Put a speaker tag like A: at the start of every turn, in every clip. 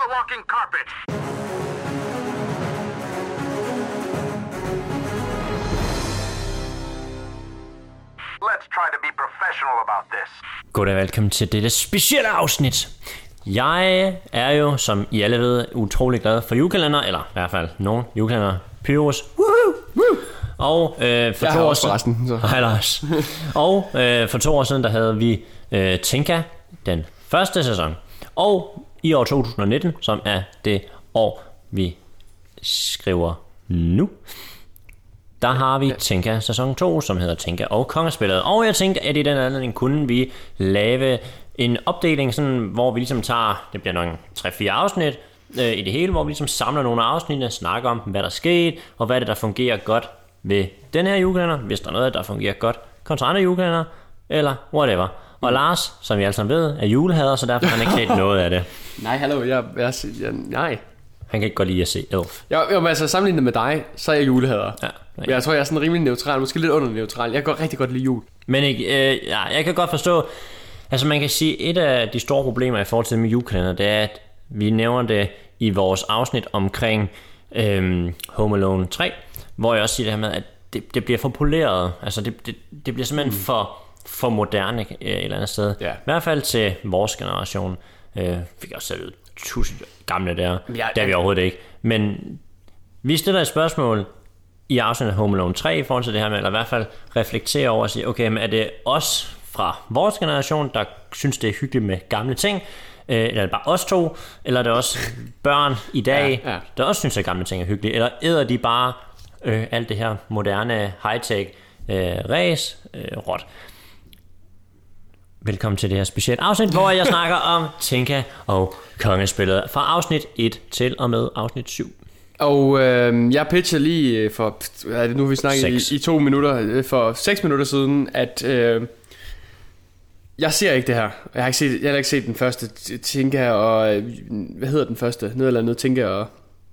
A: the walking carpet. Let's try to be professional about this.
B: Goddag, velkommen til dette specielle afsnit. Jeg er jo, som I alle ved, utrolig glad for julekalender, eller i hvert fald nogle julekalender. Pyrus. Og for 2 år siden... Hej Lars. Og for 2 år siden, der havde vi Tinka, den første sæson. Og i år 2019, som er det år, vi skriver nu, der har vi Tinka sæson 2, som hedder Tinka og Kongespillet. Og jeg tænkte, at i den anledning kunne vi lave en opdeling, sådan, hvor vi ligesom tager, det bliver nok 3-4 afsnit i det hele, hvor vi ligesom samler nogle afsnit og snakker om, hvad der skete, og hvad det der fungerer godt ved den her julekalender, hvis der er noget, der fungerer godt kontra andre julekalender, eller whatever. Og Lars, som vi alle sammen ved, er julehader, så derfor har han ikke set noget af det.
C: Nej, hallo, nej.
B: Han kan ikke godt lide at se Elf.
C: Jo, men altså sammenlignet med dig, så er jeg julehader.
B: Ja.
C: Jeg tror, jeg er sådan rimelig neutral, måske lidt under neutral. Jeg kan rigtig godt lide jul.
B: Men jeg kan godt forstå, altså man kan sige, et af de store problemer i forhold til med julekalender, det er, at vi nævner det i vores afsnit omkring Home Alone 3, hvor jeg også siger det her med, at det bliver for poleret. Altså det bliver simpelthen for moderne et eller andet sted.
C: Ja.
B: I hvert fald til vores generation. Fik også selv ud 1000 gamle der. Det er vi overhovedet ikke. Men vi stiller et spørgsmål i afsnittet Home Alone 3 i forhold til det her med, eller i hvert fald reflektere over og sige, okay, men er det os fra vores generation, der synes det er hyggeligt med gamle ting, eller er det bare os to, eller er det også børn i dag, der også synes at gamle ting er hyggelige, eller æder de bare alt det her moderne high-tech ræs råt. Velkommen til det her specielle afsnit, hvor jeg snakker om Tinka og Kongespillet fra afsnit 1 til og med afsnit 7. Og
C: jeg pitcher lige for, nu vi snakket i 2 minutter, for 6 minutter siden, at jeg ser ikke det her. Jeg har ikke set den første Tinka og, hvad hedder den første? Noget Tinka og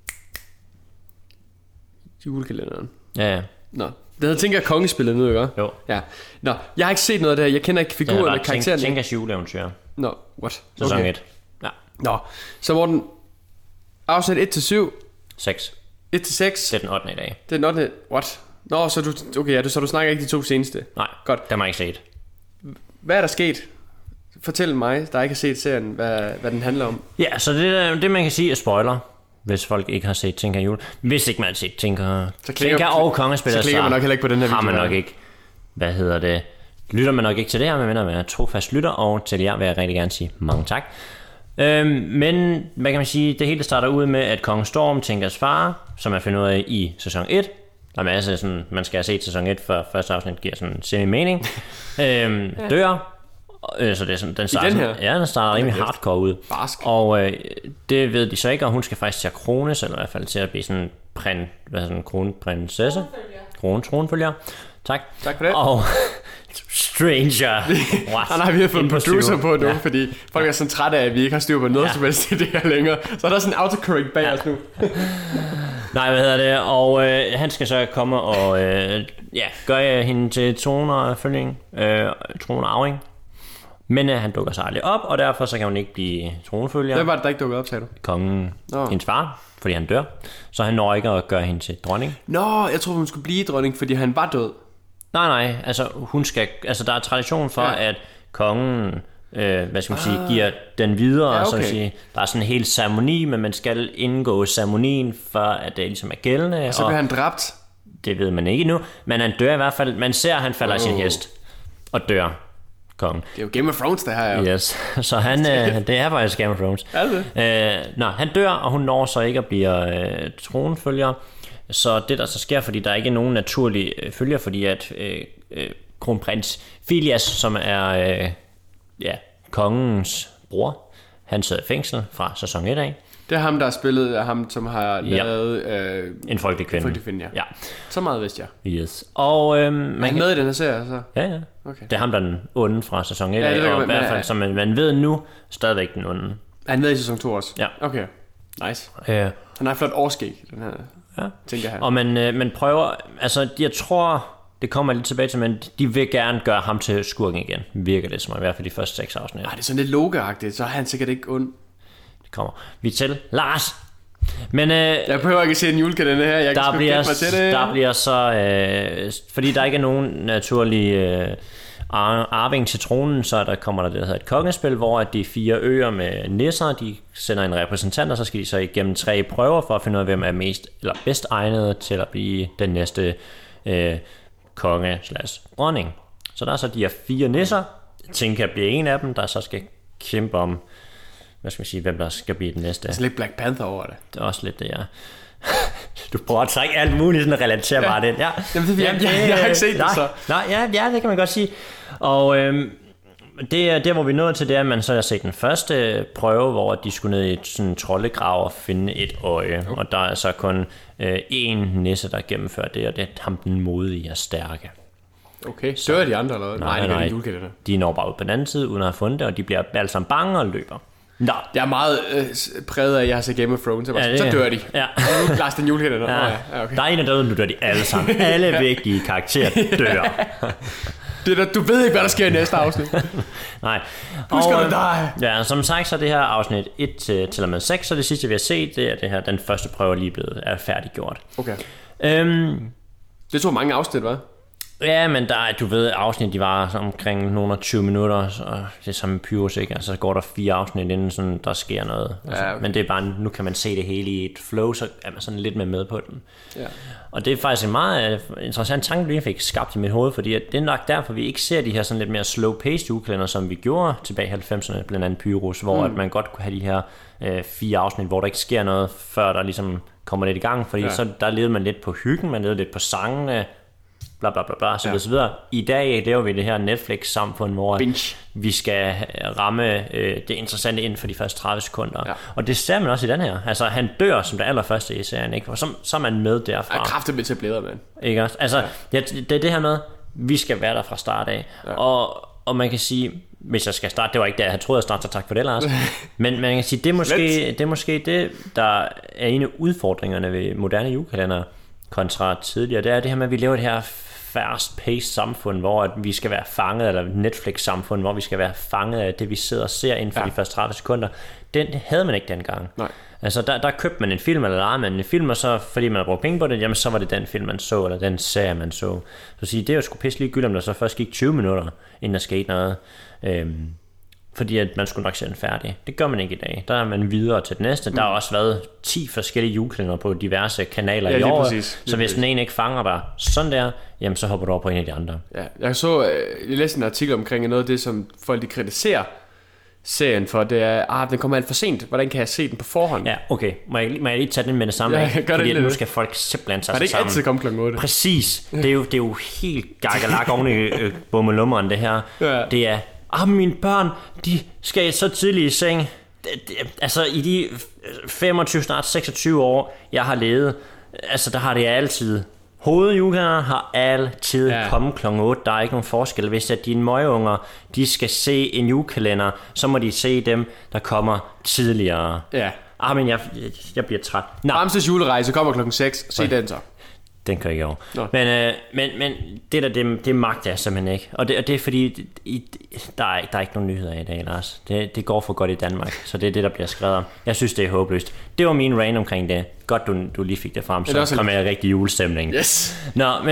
C: julekalenderen.
B: Ja.
C: Nå. Det hedder Tinka Kongespillet nu, ikke?
B: Jo.
C: Ja. Nå, jeg har ikke set noget af det her. Jeg kender ikke figurerne, karaktererne.
B: Tinkas juleeventyr.
C: Nå, what?
B: Sæson 1. Ja.
C: Nå, så Morten, afsnit 1-7.
B: 6.
C: 1-6.
B: Det er den 8. i dag.
C: Det er den 8. What? Nå, så du snakker ikke de 2 seneste?
B: Nej,
C: godt.
B: Det har jeg ikke set.
C: Hvad er der sket? Fortæl mig, der ikke har set serien, hvad den handler om.
B: Ja, så det man kan sige er spoiler, hvis folk ikke har set Tinka jul. Hvis ikke man har set Tinka og Kongespillet,
C: så klikker man nok heller ikke på den her video.
B: Har man nok ikke. Hvad hedder det? Lytter man nok ikke til det her, men man er trofast lytter, og til jer vil jeg rigtig gerne sige mange tak. Men hvad kan man sige? Det hele starter ud med, at Kong Storm, Tinkas far, som er fundet ud af i sæson 1, der er masser sådan, man skal have set sæson 1, for første afsnit giver sådan semi-mening, dør. Så det er sådan, den starter rimelig hardcore ud.
C: Barsk.
B: Og det ved de så ikke, og hun skal faktisk til at krones, eller i hvert fald til at blive sådan kronprinsesse. Tronfølger. Tak
C: for det.
B: Og stranger.
C: Nej, vi har fået en producer på nu, fordi folk er sådan trætte af, at vi ikke har styr på noget som helst i det her længere. Så er der sådan en autocorrect bag os nu.
B: Nej, hvad hedder det? Og han skal så komme og gøre hende til tronarving. Men han dukker sig aldrig op, og derfor så kan hun ikke blive tronfølger.
C: Hvem var det, der ikke dukkede op, sagde du?
B: Kongen, hendes far, fordi han dør. Så han når ikke at gøre hende til dronning.
C: Nå, jeg troede, hun skulle blive dronning, fordi han var død.
B: Nej, altså hun skal, altså der er tradition for, at kongen, hvad skal man sige, giver den videre, så at sige. Der er sådan en hel ceremoni, men man skal indgå ceremonien, for at det ligesom er gældende.
C: Og så bliver han dræbt?
B: Det ved man ikke endnu, men han dør i hvert fald. Man ser, at han falder af sin hest og dør. Kongen.
C: Det er jo Game of Thrones, det her.
B: Yes. Så han, det er faktisk Game of Thrones. Han dør, og hun når så ikke at blive tronfølger. Så det der så sker, fordi der er ikke nogen naturlige følger, fordi at kronprins Filias, som er kongens bror, han sidder i fængsel fra sæson 1 af.
C: Det er ham, der har spillet, ham som har lavet
B: en frygtelig kvinde. Ja.
C: Så meget vidste jeg.
B: Yes. Og
C: man er med i den her serie så?
B: Ja. Okay. Det er ham, der er den onde fra sæson 1 af, og i hvert fald, som man ved nu, stadigvæk den onde.
C: Er han med i sæson 2 også?
B: Ja.
C: Okay, nice. Han har flot overskæg, den her, tænker jeg.
B: Og man prøver, altså jeg tror, det kommer lidt tilbage til, men de vil gerne gøre ham til skurken igen, virker det som, i hvert fald de første 6 afsnit.
C: Det er sådan lidt logeagtigt, så er han sikkert ikke ond.
B: kommer vi til Lars. Men
C: jeg behøver ikke se en julekalender her. Jeg kan sgu gætte mig til det.
B: Der bliver så fordi der ikke er nogen naturlig arving til tronen, så der kommer der hedder et kongespil, hvor de 4 øer med nisser, de sender en repræsentant, og så skal de så igennem 3 prøver for at finde ud af, hvem er mest eller bedst egnet til at blive den næste konge/dronning. Så der er så de her 4 nisser. Tinka bliver en af dem, der så skal kæmpe om, hvad skal man sige, hvem der skal blive den næste.
C: Det er lidt Black Panther over det.
B: Det er også lidt det, ja. Du prøver at trække alt muligt sådan relaterbart ind. Ja.
C: Jamen, jeg har ikke set det så.
B: Nej, ja, det kan man godt sige. Og det er der, hvor vi nåede til, det er, at man så har set den første prøve, hvor de skulle ned i sådan en troldegrav og finde et øje. Okay. Og der er så kun én nisse, der gennemfører det, og det er ham den modige og stærke.
C: Okay, søger de andre eller noget? Nej,
B: de når bare ud på den anden side, uden at have fundet det, og de bliver alle sammen bange og løber. Nå.
C: Jeg er meget præget af, at jeg har set Game of Thrones. Så dør de. Ja. Nu Lars den julekalender.
B: Ja. Okay. Der er en af døden, nu dør de alle sammen. Alle vigtige karakterer dør.
C: Det der, du ved ikke, hvad der sker i næste afsnit.
B: Nej.
C: Husk at dig.
B: Ja, som sagt, så er det her afsnit 1 til og med 6, så det sidste, vi har set, det er det her, den første prøve lige er færdiggjort.
C: Okay. Det tog mange afsnit, hva'?
B: Ja, men der er, du ved, afsnit, de var omkring nogle 20 minutter, og det er som Pyrus, ikke? Altså, så går der 4 afsnit, inden sådan, der sker noget. Altså, ja, okay. Men det er bare, nu kan man se det hele i et flow, så er man sådan lidt med på den. Ja. Og det er faktisk en meget interessant tanke, jeg fik skabt i mit hoved, fordi det er nok derfor, vi ikke ser de her sådan lidt mere slow-paced julekalender, som vi gjorde tilbage i 90'erne, blandt andet Pyrus, hvor at man godt kunne have de her 4 afsnit, hvor der ikke sker noget, før der ligesom kommer lidt i gang, fordi så der levede man lidt på hyggen, man levede lidt på sangene, bla bla bla bla, så videre. I dag laver vi det her Netflix-samfund, hvor vi skal ramme det interessante inden for de første 30 sekunder. Ja. Og det ser man også i den her. Altså, han dør som det allerførste i serien, ikke? Og så er man med derfra.
C: Jeg er kraftigt med til at blæde, mand.
B: Ikke også? Altså, det er det her med, vi skal være der fra start af. Ja. Og man kan sige, hvis jeg skal starte, det var ikke der, jeg troede at starte, så tak for det, Lars. Men man kan sige, det er måske det, der er en af udfordringerne ved moderne julekalender kontra tidligere. Det er det her med, at vi lever det her fast-paced samfund, hvor at vi skal være fanget, eller Netflix-samfund, hvor vi skal være fanget af det, vi sidder og ser inden for de første 30 sekunder. Den havde man ikke dengang. Nej. Altså, der købte man en film, eller lejede man en film, og så, fordi man har brugt penge på det, jamen, så var det den film, man så, eller den serie, man så. Så sige, det er jo sgu pisse ligegyldigt, om der så først gik 20 minutter, inden der skete noget. Fordi at man skulle nok se den færdig. Det gør man ikke i dag. Der er man videre til det næste. Der har også været 10 forskellige julekalendere på diverse kanaler i år. Så hvis den ene ikke fanger dig sådan der, jamen så hopper du over på en af de andre. Ja,
C: jeg læste en artikel omkring noget af det, som folk de kritiserer serien for, det er, den kommer alt for sent. Hvordan kan jeg se den på forhånd?
B: Ja, okay. Må jeg lige tage den med det samme? Ja, fordi nu skal folk simpelthen tage sig sammen.
C: Er det ikke altid komme klokken 8?
B: Præcis. Det er jo helt gakkelak oven i bummelummeren, det her. Ja. Det er, mine børn, de skal så tidligt i seng. Altså i de 25, snart 26 år, jeg har levet, altså der har det altid. Hovedjulekalender har altid kommet kl. 8. Der er ikke nogen forskel. Hvis at dine møgeunger, de skal se en julekalender, så må de se dem, der kommer tidligere. Ja. Men jeg bliver træt.
C: Bamses julerejse kommer klokken 6. Se den så.
B: Den kører ikke over. Men det der, det magter jeg simpelthen ikke. Og det er fordi, der er ikke nogen nyheder i dag, Lars. Det går for godt i Danmark, så det er det, der bliver skrevet om. Jeg synes, det er håbløst. Det var min rant omkring det. Godt, du lige fik det frem, så kom jeg i rigtig julestemning.
C: Yes.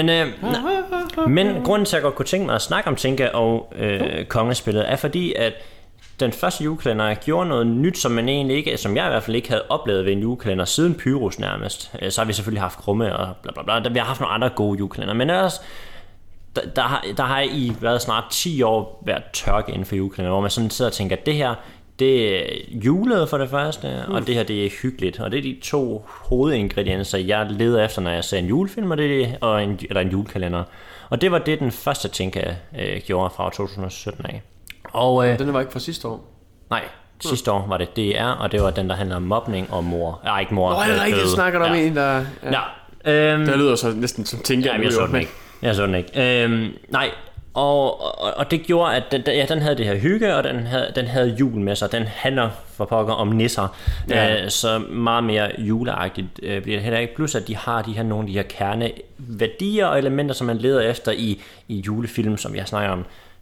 B: Men grunden til, at jeg godt kunne tænke mig at snakke om Tinka og kongespillet, er fordi, at den første julekalender gjorde noget nyt, som man egentlig ikke, som jeg i hvert fald ikke havde oplevet ved en julekalender siden Pyrus nærmest. Så har vi selvfølgelig haft Krumme og bla bla bla. Vi har haft nogle andre gode julekalender, men ellers der har i været snart 10 år været tørke inden for julekalender, hvor man sådan sidder og tænker, at det her, det er julet for det første, og det her, det er hyggeligt. Og det er de 2 hovedingredienser, jeg leder efter, når jeg ser en julefilm eller en julekalender. Og det var det, den første Tinka gjorde fra 2017 af. Og,
C: den var ikke fra sidste år?
B: Nej, sidste år var det DR, og det var den, der handler om mobning og mor. Ikke mor.
C: Hvor er det rigtigt, snakker om en, der... Det lyder så næsten som Tinka.
B: Jeg så den ikke. Nej, og det gjorde, at den havde det her hygge, og den havde jul med sig. Den handler for pokker om nisser. Så meget mere juleagtigt bliver det heller ikke. Plus, at de har nogle af de her kerneværdier og elementer, som man leder efter i julefilm, som jeg snakker om.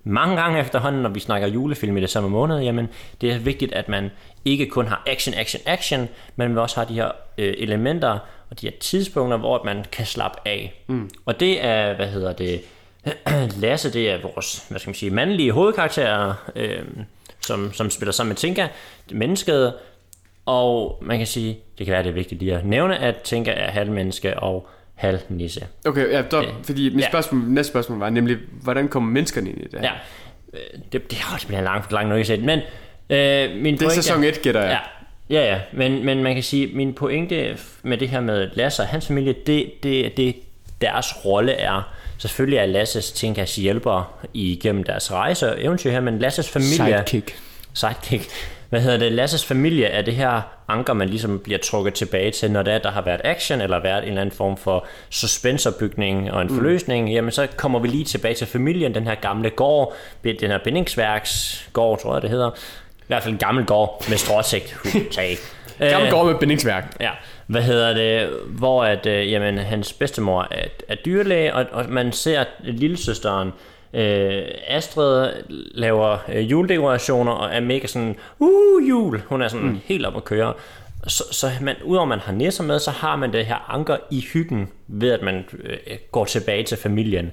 B: mange gange efterhånden, når vi snakker julefilm i december måned, jamen det er vigtigt, at man ikke kun har action, men man også har de her elementer og de her tidspunkter, hvor man kan slappe af. Og det er, Lasse, det er vores, mandlige hovedkarakterer, som spiller sammen med Tinka, mennesket, og man kan sige, det kan være, det er vigtigt lige at nævne, at Tinka er halvmenneske og halvnisse.
C: Okay, ja, fordi næste spørgsmål var nemlig, hvordan kommer menneskerne ind i det her?
B: Ja, det bliver en lang forklaring, når jeg ikke men min
C: det er sæson 1, gætter jeg.
B: Ja, men man kan sige, min pointe med det her med Lasse og hans familie, det deres rolle er, selvfølgelig er Lasses Tinkas hjælper igennem deres rejse og eventyr her, men Lasses familie... Sidekick. Lasses familie er det her anker, man ligesom bliver trukket tilbage til, når der har været action, eller været en eller anden form for suspenserbygning og en forløsning, jamen så kommer vi lige tilbage til familien, den her gamle gård, den her bindingsværksgård, tror jeg det hedder. I hvert fald en gammel gård med stråtægt.
C: Gammel gård med bindingsværk.
B: Ja, hvor at, hans bedstemor er dyrlæge, og man ser lillesøsteren Astrid laver juledekorationer og er mega sådan jul. Hun er sådan helt op at køre. Så udover man har nisser med, så har man det her anker i hyggen ved at man går tilbage til familien.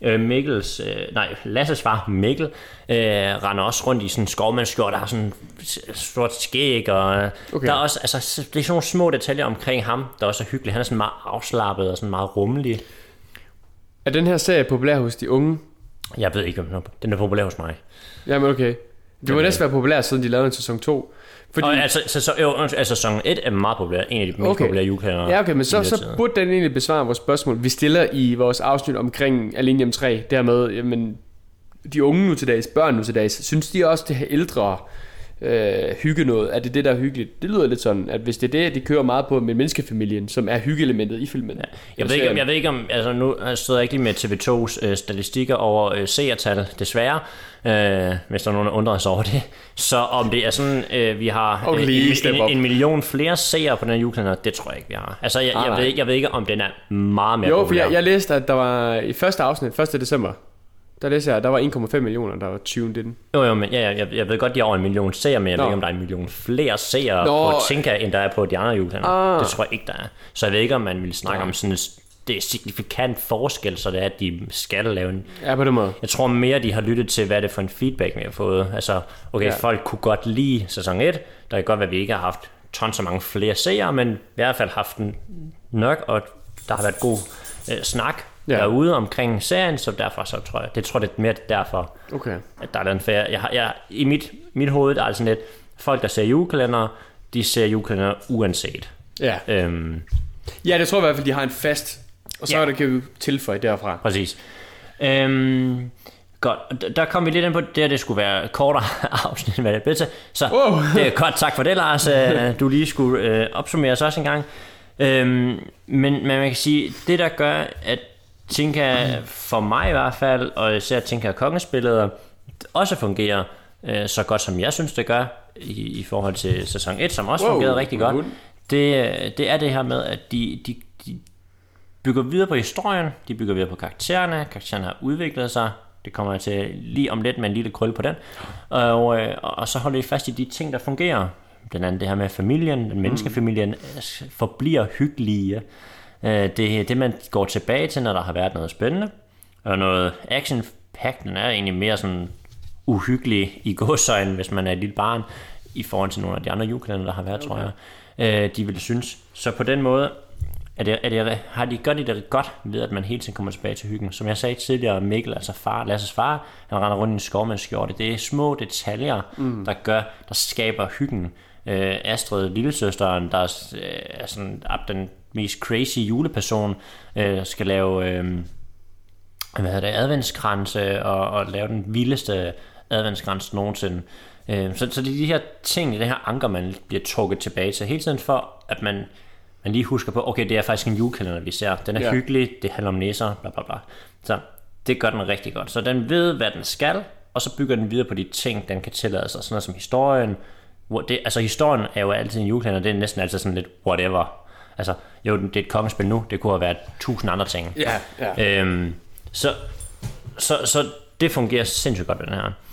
B: Lasses far Mikkel render også rundt i sådan en skovmandsskjort, der har sådan stort skæg, og der er også, altså, det er sådan nogle små detaljer omkring ham, der også er hyggeligt. Han er sådan meget afslappet og sådan meget rummelig.
C: Er den her serie populær hos de unge?
B: Jeg ved ikke, om den er populær hos mig.
C: Jamen okay. Det må næsten være populær, siden de lavede en sæson 2.
B: Fordi... sæson 1 er meget populær. En af de mest populære julekalendere.
C: Ja, okay, men så burde den egentlig besvare vores spørgsmål. Vi stiller i vores afsnit omkring Alene Hjem 3, dermed, jamen, de unge nu til dags, børn nu til dags, synes de også, det her ældre hygge noget? Er det der er hyggeligt? Det lyder lidt sådan, at hvis det er det, de kører meget på med menneskefamilien, som er hyggeelementet i filmen. Ja.
B: Jeg ved ikke om, altså nu sidder jeg ikke lige med TV2's statistikker over seertal, desværre, hvis der er nogen, der undrer sig over det. Så om det er sådan, vi har en million flere seere på den her julekalender, det tror jeg ikke, vi har. Altså, jeg ved ikke, om den er meget mere populær.
C: For jeg læste, at der var i første afsnit, 1. december, der læser jeg, der var 1,5 millioner, der var tuned in.
B: Jo, men jeg ved godt, de har over 1 million seere, men jeg ved ikke, om der er 1 million flere seere på Tinka, end der er på de andre julekalendere. Det tror jeg ikke, der er. Så jeg ved ikke, om man vil snakke om sådan det er signifikant forskel, så det er, at de skal lave en... Ja, på den måde. Jeg tror mere, de har lyttet til, hvad det er for en feedback, vi har fået. Altså, folk kunne godt lide sæson 1. Der kan godt være, at vi ikke har haft tons så mange flere seere, men i hvert fald haft den nok, og der har været god snak derude omkring serien, så derfor så tror jeg, det er mere derfor, at der er den færre. Jeg i mit hoved der er sådan lidt, folk der ser julekalender, de ser julekalender uanset.
C: Ja. Ja, det tror jeg i hvert fald, de har en fast, og så kan vi tilføje derfra.
B: Præcis. Godt, der kom vi lidt ind på det skulle være kortere afsnit, hvad det er bedre. Så det er godt, tak for det, Lars. Du lige skulle opsummere os også en gang. Men man kan sige, det der gør, at Tinka for mig i hvert fald, og især Tinka og Kongespillet også fungerer så godt, som jeg synes, det gør, i forhold til sæson 1, som også fungerede rigtig godt. Det er det her med, at de bygger videre på historien, de bygger videre på karaktererne har udviklet sig, det kommer jeg til lige om lidt med en lille krølle på den, og så holder de fast i de ting, der fungerer. Blandt andet det her med familien, den menneskefamilien forbliver hyggelige. Det er det, man går tilbage til, når der har været noget spændende, og noget action-pack, den er egentlig mere sådan uhyggelig i gåseøjne, hvis man er et lille barn, i forhold til nogle af de andre julekalendere, der har været, tror jeg, de ville synes. Så på den måde har de gjort det godt ved, at man hele tiden kommer tilbage til hyggen. Som jeg sagde tidligere, Mikkel, altså Lasses far, han render rundt i en skovmandsskjorte. Det er små detaljer, der skaber hyggen. Astrid, lillesøsteren, der er sådan den mest crazy juleperson, skal lave adventskranse og lave den vildeste adventskrans nogensinde. Så det er de her ting, det her anker, man bliver trukket tilbage til hele tiden, for at man lige husker på, okay, det er faktisk en julekalender, vi ser. Den er hyggelig, det handler om næser, bla bla bla. Så det gør den rigtig godt. Så den ved, hvad den skal, og så bygger den videre på de ting, den kan tillade sig. Sådan noget som historien. Historien er jo altid en julekalender, det er næsten altid sådan lidt whatever. Altså, jo, det er et kongespil nu, det kunne have været 1000 andre ting.
C: Ja.
B: Så det fungerer sindssygt godt, den her.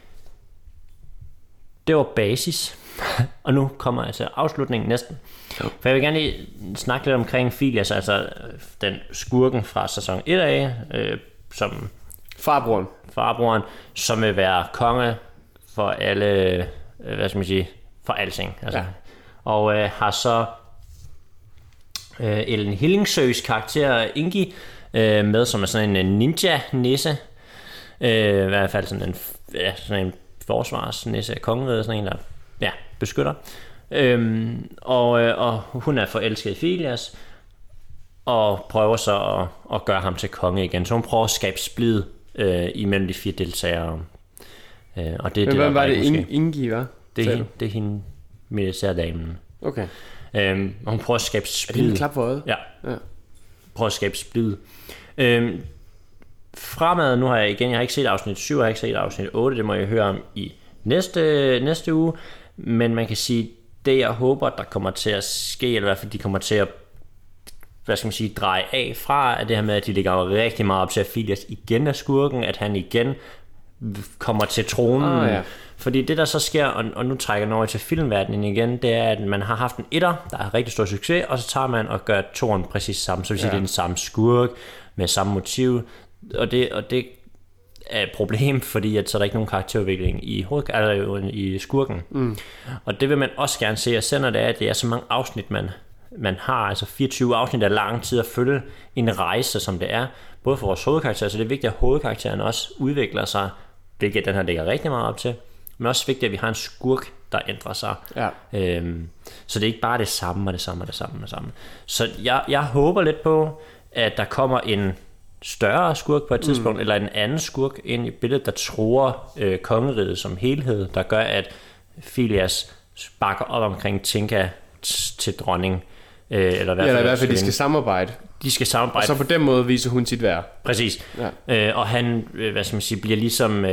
B: Det var basis. Og nu kommer jeg til afslutningen næsten. For jeg vil gerne lige snakke lidt omkring Phileas, altså den skurken fra sæson 1 af, som farbroren, som vil være konge for alle, hvad skal man sige, for alting. Altså. Ja. Og har så Ellen Hillingsøs karakter Ingi med, som er sådan en ninja-nisse. I hvert fald sådan en forsvarsnisse af kongeriget, sådan en, der beskytter. Og hun er forelsket i Phileas, og prøver så at gøre ham til konge igen. Så hun prøver at skabe splid imellem de 4 deltagere. Og det er
C: hvem var det, Ingi var?
B: Det er hende militærdamen.
C: Okay.
B: Og hun prøver at skabe splid.
C: Er det en klap for øjet?
B: Ja. Prøver at skabe splid. Fremad, nu har jeg ikke set afsnit 7, jeg har ikke set afsnit 8, det må jeg høre om i næste uge. Men man kan sige, det jeg håber, der kommer til at ske, eller i hvert fald de kommer til at, hvad skal man sige, dreje af fra, at det her med, at de ligger rigtig meget op til, at Phileas igen er skurken, at han igen kommer til tronen. Ja. Fordi det der så sker, og nu trækker jeg over til filmverdenen igen, det er, at man har haft en etter, der har rigtig stor succes, og så tager man og gør toren præcis samme, så vil sige, det er den samme skurk, med samme motiv, og det er et problem, fordi at så er der ikke nogen karakterudvikling i skurken. Og det vil man også gerne se, og selv når det er så mange afsnit, man har, altså 24 afsnit af lang tid at følge en rejse, som det er, både for vores hovedkarakterer, så det er vigtigt, at hovedkarakteren også udvikler sig, hvilket den her ligger rigtig meget op til, men også vigtigt, at vi har en skurk, der ændrer sig. Ja. Så det er ikke bare det samme og det samme og det samme og det samme. Så jeg håber lidt på, at der kommer en større skurk på et tidspunkt, eller en anden skurk ind i billedet, der tror kongeriget som helhed, der gør, at Phileas bakker op omkring Tinka til dronning. Eller i hvert fald de skal samarbejde. Og så på den måde viser hun sit værd. Præcis. Ja. Og han, hvad skal man sige, bliver ligesom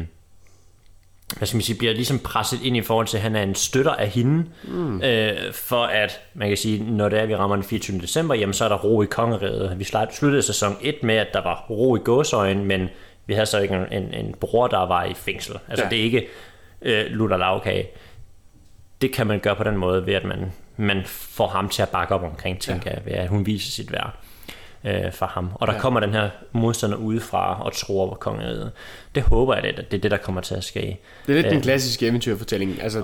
B: presset ind i forhold til, at han er en støtter af hende, for at, man kan sige, når det er, vi rammer den 24. december, jamen så er der ro i kongeriget. Vi sluttede sæson 1 med, at der var ro i gåseøjne, men vi havde så ikke en bror, der var i fængsel. Altså det er ikke lutter lavkage. Det kan man gøre på den måde, ved at man får ham til at bakke op omkring Tinka, ved at hun viser sit værd for ham. Og der kommer den her modstander udefra og tror på kongeriget. Det håber jeg, at det er det, der kommer til at ske. Det er lidt den klassiske eventyrfortælling. Altså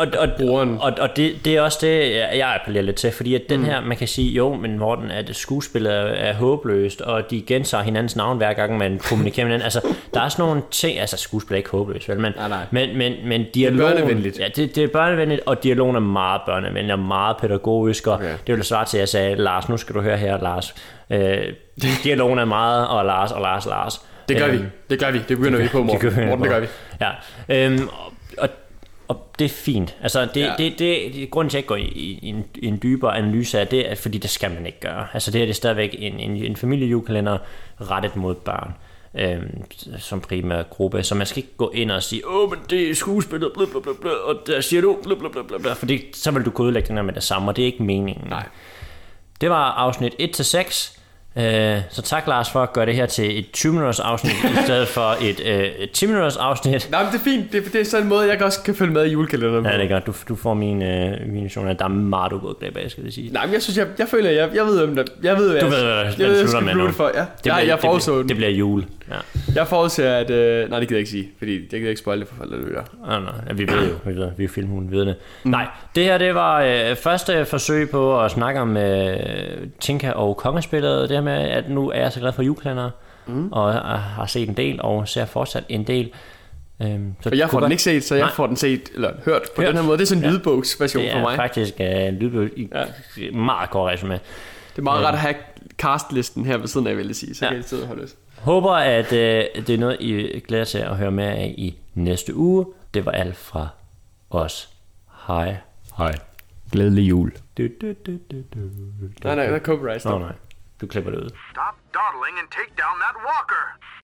B: og det er også det, jeg appellerer lidt til, fordi at den her, man kan sige, jo, men Morten, at skuespillet er håbløst, og de gentager hinandens navn hver gang, man kommunikerer med hinanden. Altså, der er sådan nogle ting, altså skuespillet er ikke håbløst, vel? Men dialogen, det er børnevenligt. Ja, det er børnevenligt, og dialogen er meget børnevenlig og meget pædagogisk, og det vil svare til, at jeg sagde, Lars, nu skal du høre her, Lars. Dialogen er meget, og Lars. Det gør vi. Det begynder vi på, Morten. Det gør vi. Ja. Og det er fint. Altså, grunden til at jeg ikke går i en dybere analyse af det, er, fordi det skal man ikke gøre. Altså, det er stadigvæk en familiejulekalender rettet mod børn. Som primær gruppe, så man skal ikke gå ind og sige, men det er skuespillet, blablabla, og der siger du, blablabla, fordi så vil du kunne udlægge den her med det samme, og det er ikke meningen. Nej. Det var afsnit 1-6. Så tak, Lars, for at gøre det her til et 20-minutters afsnit i stedet for et 10-minutters afsnit. Nej, men det er fint. Det er sådan en måde, jeg også kan følge med i julekalenderen. Ja, det er godt. Du får min mission af, der er meget, du er gået glip af, skal jeg sige. Nej, men jeg synes, jeg føler, jeg ved, om det. Jeg ved, hvad jeg slutter med nu. For, ja. Jeg forudså det bliver jul. Ja. Jeg forudser, at... nej, det gider jeg ikke sige, fordi det gider jeg ikke spoil det for folk, der lytter. Nej, vi ved jo. Vi er filmhunden, vi ved det. Nej, det her, det var første forsøg på at snakke om Tinka og kongespillet. Det her med, at nu er jeg så glad for julekalendere, og har set en del, og ser fortsat en del. Så jeg får den ikke set, så jeg får den set, eller hørt på den her måde. Det er sådan en lydbogsversion for mig. Det er faktisk en lydbog i meget godt resume. Det er meget ret at have castlisten her ved siden af, vil jeg sige, så kan I sidde og holde os. Håber, at det er noget, I glæder til at høre mere af i næste uge. Det var alt fra os. Hej. Glædelig jul. Nej, der er copyright. Nej, du klipper det ud.
A: Stop dawdling and take down that walker.